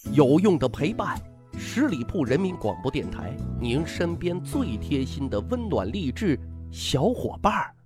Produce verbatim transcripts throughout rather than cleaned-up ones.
有用的陪伴，十里铺人民广播电台，您身边最贴心的温暖励志小伙伴儿。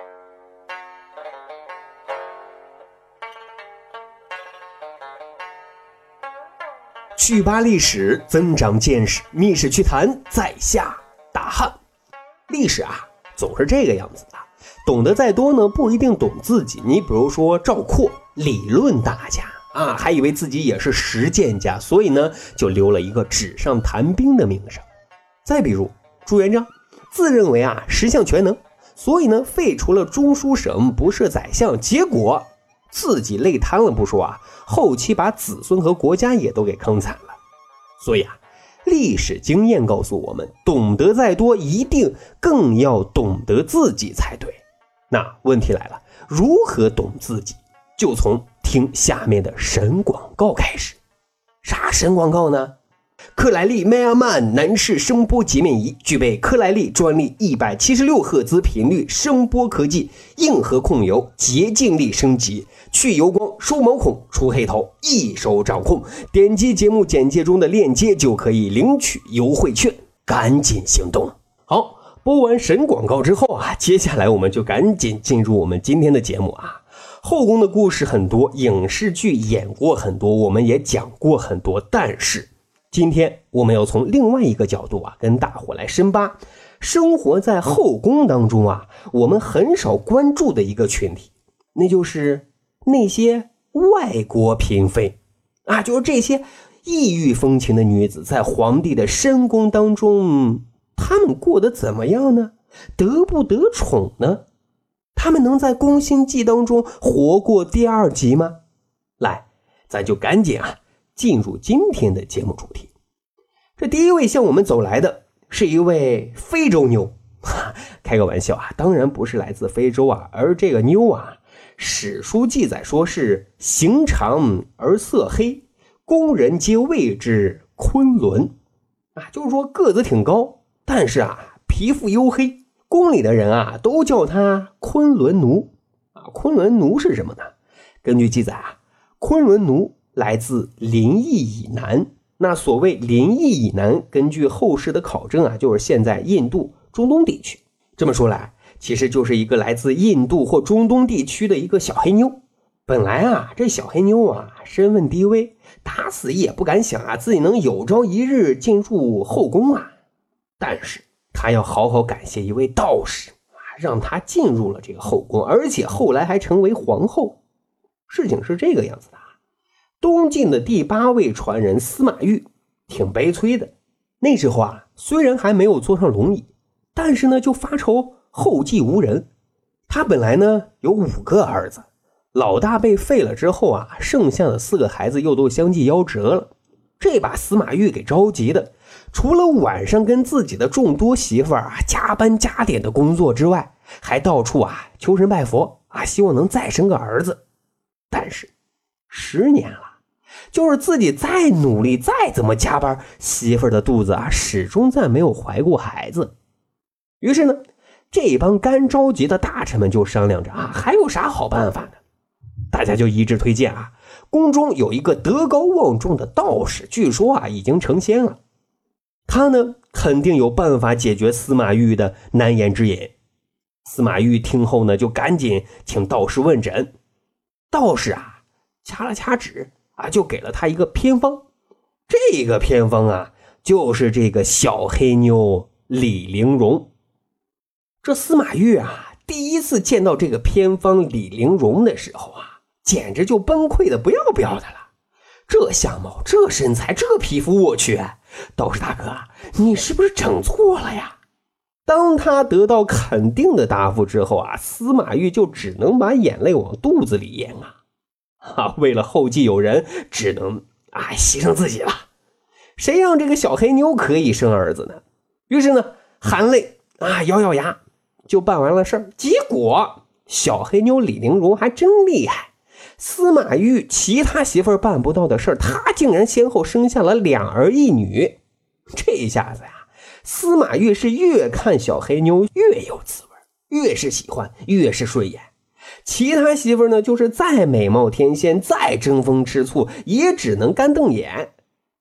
去扒历史，增长见识，密室趣谈，在下大汉。历史啊，总是这个样子的，懂得再多呢，不一定懂自己。你比如说赵括，理论大家啊，还以为自己也是实践家，所以呢，就留了一个纸上谈兵的名声。再比如朱元璋，自认为啊十项全能，所以呢废除了中书省，不设宰相，结果自己累瘫了不说啊，后期把子孙和国家也都给坑惨了。所以啊，历史经验告诉我们，懂得再多，一定更要懂得自己才对。那问题来了，如何懂自己？就从听下面的神广告开始。啥神广告呢？克莱利迈尔曼男士声波洁面仪具备克莱利专利一百七十六赫兹频率声波科技，硬核控油，洁净力升级，去油光，收毛孔，除黑头，一手掌控。点击节目简介中的链接就可以领取优惠券，赶紧行动。好，播完神广告之后啊，接下来我们就赶紧进入我们今天的节目啊。后宫的故事很多，影视剧演过很多，我们也讲过很多，但是今天我们要从另外一个角度啊，跟大伙来深扒生活在后宫当中啊，我们很少关注的一个群体，那就是那些外国嫔妃啊，就是这些异域风情的女子，在皇帝的深宫当中，她们过得怎么样呢？得不得宠呢？她们能在宫心计当中活过第二集吗？来，咱就赶紧啊进入今天的节目主题。这第一位向我们走来的是一位非洲妞，开个玩笑啊，当然不是来自非洲啊，而这个妞啊，史书记载说是形长而色黑，宫人皆谓之昆仑啊，就是说个子挺高，但是啊皮肤黝黑，宫里的人啊都叫她昆仑奴啊。昆仑奴是什么呢？根据记载啊，昆仑奴来自临沂以南，那所谓临沂以南，根据后世的考证啊，就是现在印度中东地区。这么说来，其实就是一个来自印度或中东地区的一个小黑妞。本来啊，这小黑妞啊身份低微，打死也不敢想啊自己能有朝一日进入后宫啊。但是她要好好感谢一位道士啊，让她进入了这个后宫，而且后来还成为皇后。事情是这个样子的，东晋的第八位传人司马懿挺悲催的。那时候啊，虽然还没有坐上龙椅，但是呢就发愁后继无人。他本来呢有五个儿子，老大被废了之后啊，剩下的四个孩子又都相继夭折了。这把司马懿给着急的，除了晚上跟自己的众多媳妇儿啊加班加点的工作之外，还到处啊求神拜佛啊，希望能再生个儿子。但是十年了，就是自己再努力再怎么加班，媳妇儿的肚子啊始终再没有怀过孩子。于是呢，这帮干着急的大臣们就商量着啊，还有啥好办法呢？大家就一致推荐啊，宫中有一个德高望重的道士，据说啊已经成仙了，他呢肯定有办法解决司马懿的难言之隐。司马懿听后呢，就赶紧请道士问诊。道士啊掐了掐指啊，就给了他一个偏方。这个偏方啊，就是这个小黑妞李陵容。这司马懿啊，第一次见到这个偏方李陵容的时候啊，简直就崩溃的不要不要的了。这相貌，这身材，这皮肤，我去，道士大哥，你是不是整错了呀？当他得到肯定的答复之后啊，司马懿就只能把眼泪往肚子里咽啊。啊，为了后继有人，只能啊牺牲自己了。谁让这个小黑妞可以生儿子呢？于是呢，含泪啊咬咬牙就办完了事儿。结果小黑妞李陵容还真厉害，司马懿其他媳妇儿办不到的事儿，他竟然先后生下了两儿一女。这一下子呀，司马懿是越看小黑妞越有滋味，越是喜欢越是顺眼。其他媳妇呢，就是再美貌天仙，再争风吃醋，也只能干瞪眼。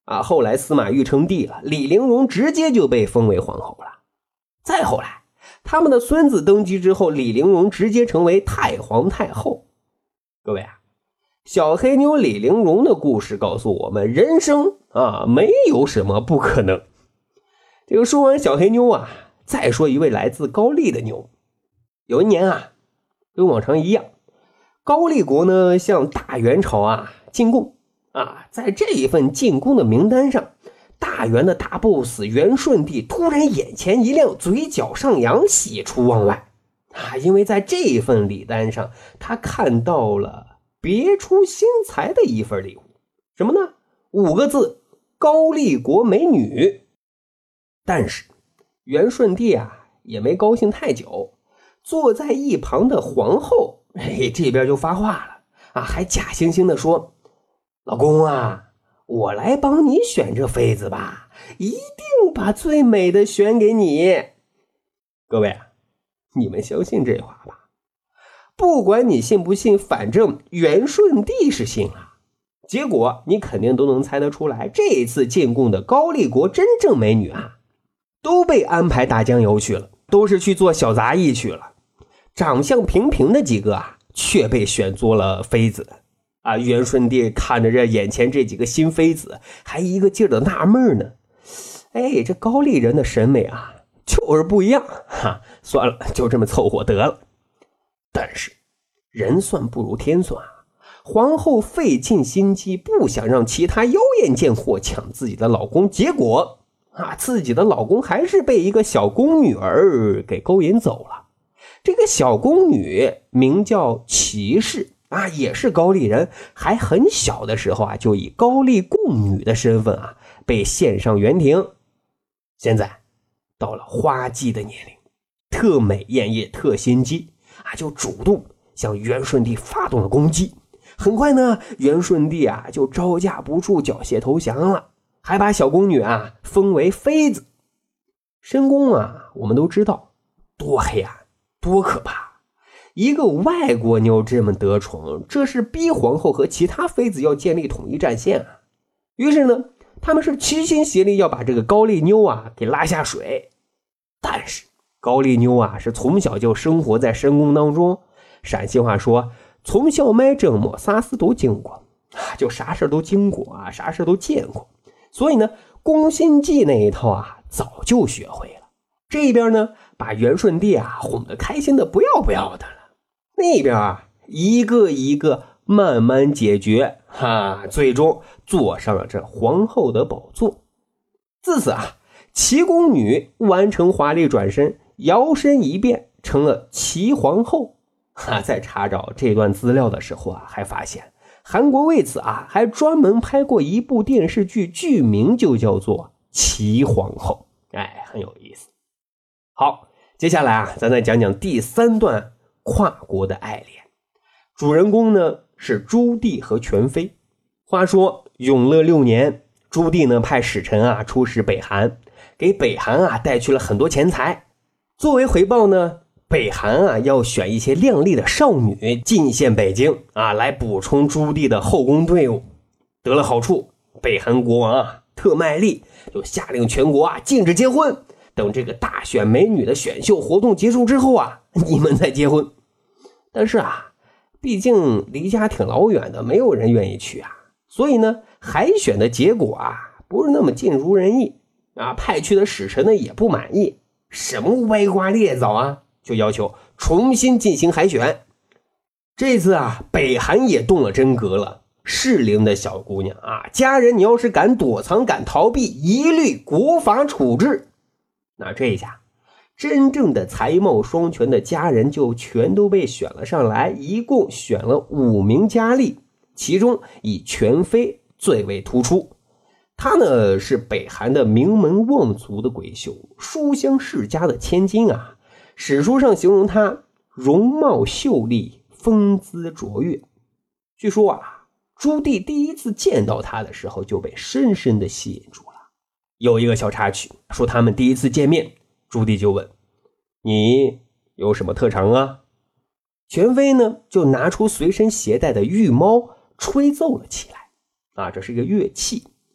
啊，后来司马懿称帝了，李陵容直接就被封为皇后了。再后来，他们的孙子登基之后，李陵容直接成为太皇太后。各位啊，小黑妞李陵容的故事告诉我们，人生啊没有什么不可能。这个说完小黑妞啊，再说一位来自高丽的妞。有一年啊，跟往常一样，高丽国呢向大元朝啊进贡啊，在这一份进贡的名单上，大元的大 boss 元顺帝突然眼前一亮，嘴角上扬，喜出望外啊！因为在这一份礼单上，他看到了别出心裁的一份礼物，什么呢？五个字：高丽国美女。但是元顺帝啊也没高兴太久，坐在一旁的皇后嘿这边就发话了啊，还假惺惺的说：“老公啊，我来帮你选这妃子吧，一定把最美的选给你。”各位啊，你们相信这话吧？不管你信不信，反正元顺帝是信了。结果你肯定都能猜得出来，这一次进贡的高丽国真正美女啊，都被安排打酱油去了，都是去做小杂役去了。长相平平的几个啊，却被选做了妃子。啊，元顺帝看着这眼前这几个新妃子，还一个劲儿的纳闷呢。哎，这高丽人的审美啊，就是不一样哈。算了，就这么凑合得了。但是人算不如天算啊，皇后费尽心机，不想让其他妖艳贱货抢自己的老公，结果啊，自己的老公还是被一个小宫女儿给勾引走了。这个小宫女名叫齐氏啊，也是高丽人，还很小的时候啊，就以高丽贡女的身份啊，被献上元廷。现在到了花季的年龄，特美艳也特心机啊，就主动向元顺帝发动了攻击。很快呢，元顺帝啊就招架不住，缴械投降了，还把小宫女啊封为妃子。深宫啊，我们都知道多黑暗，多可怕。一个外国妞这么得宠，这是逼皇后和其他妃子要建立统一战线啊。于是呢，他们是齐心协力要把这个高丽妞啊给拉下水。但是高丽妞啊是从小就生活在深宫当中，陕西话说从小买蒸馍啥事都经过啊，就啥事都经过啊，啥事都见过。所以呢，宫心计那一套啊早就学会了。这边呢，把元顺帝啊哄得开心的不要不要的了。那边啊，一个一个慢慢解决，哈，最终坐上了这皇后的宝座。自此啊，齐宫女完成华丽转身，摇身一变成了齐皇后。哈，在查找这段资料的时候啊，还发现韩国为此啊还专门拍过一部电视剧，剧名就叫做《齐皇后》，哎，很有意思。好，接下来啊，咱再讲讲第三段跨国的爱恋。主人公呢是朱棣和全妃。话说永乐六年，朱棣呢派使臣啊出使北韩，给北韩啊带去了很多钱财。作为回报呢，北韩啊要选一些靓丽的少女进献北京啊，来补充朱棣的后宫队伍。得了好处，北韩国王啊特卖力，就下令全国啊禁止结婚。等这个大选美女的选秀活动结束之后啊，你们再结婚。但是啊，毕竟离家挺老远的，没有人愿意去啊。所以呢，海选的结果啊，不是那么尽如人意啊。派去的使臣呢也不满意，什么歪瓜裂枣啊，就要求重新进行海选。这次啊，北韩也动了真格了。适龄的小姑娘啊，家人你要是敢躲藏、敢逃避，一律国法处置。那这一下，真正的才貌双全的佳人就全都被选了上来，一共选了五名佳丽，其中以全妃最为突出。她呢是北韩的名门望族的闺秀，书香世家的千金啊。史书上形容她容貌秀丽，风姿卓越。据说啊，朱棣第一次见到她的时候就被深深的吸引住了。有一个小插曲，说他们第一次见面，朱棣就问：“你有什么特长啊？”全妃呢就拿出随身携带的玉猫吹奏了起来啊，这是一个乐器。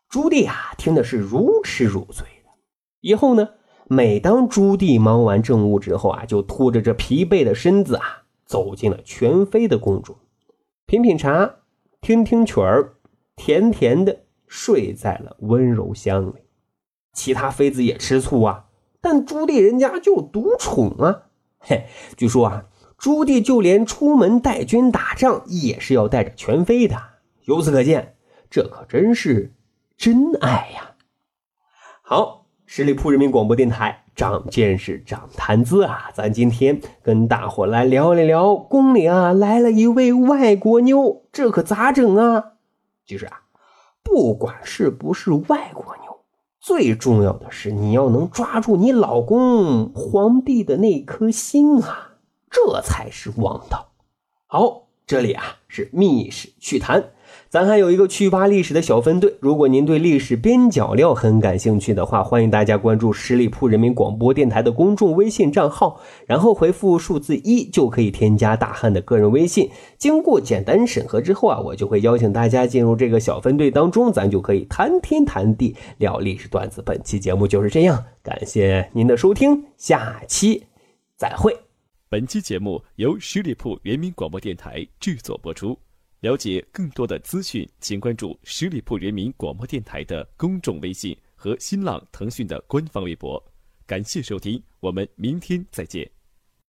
朱棣啊听的是如痴如醉的。以后呢，每当朱棣忙完政务之后啊，就拖着这疲惫的身子啊，走进了全妃的宫中，品品茶，听听曲儿，甜甜的睡在了温柔乡里。其他妃子也吃醋啊，但朱棣人家就独宠啊。嘿，据说啊，朱棣就连出门带军打仗也是要带着全妃的。由此可见，这可真是真爱呀。好，十里铺人民广播电台长见识长谈资啊，咱今天跟大伙来聊一聊，宫里啊来了一位外国妞，这可咋整啊？其实啊，不管是不是外国妞，最重要的是你要能抓住你老公皇帝的那颗心啊，这才是王道。好，这里啊是密史趣谈，咱还有一个趣吧历史的小分队，如果您对历史边角料很感兴趣的话，欢迎大家关注十里铺人民广播电台的公众微信账号，然后回复数字一就可以添加大汉的个人微信。经过简单审核之后啊，我就会邀请大家进入这个小分队当中，咱就可以谈天谈地聊历史段子。本期节目就是这样，感谢您的收听，下期再会。 本期节目由十里铺人民广播电台制作播出。了解更多的资讯，请关注十里铺人民广播电台的公众微信和新浪、腾讯的官方微博。感谢收听，我们明天再见。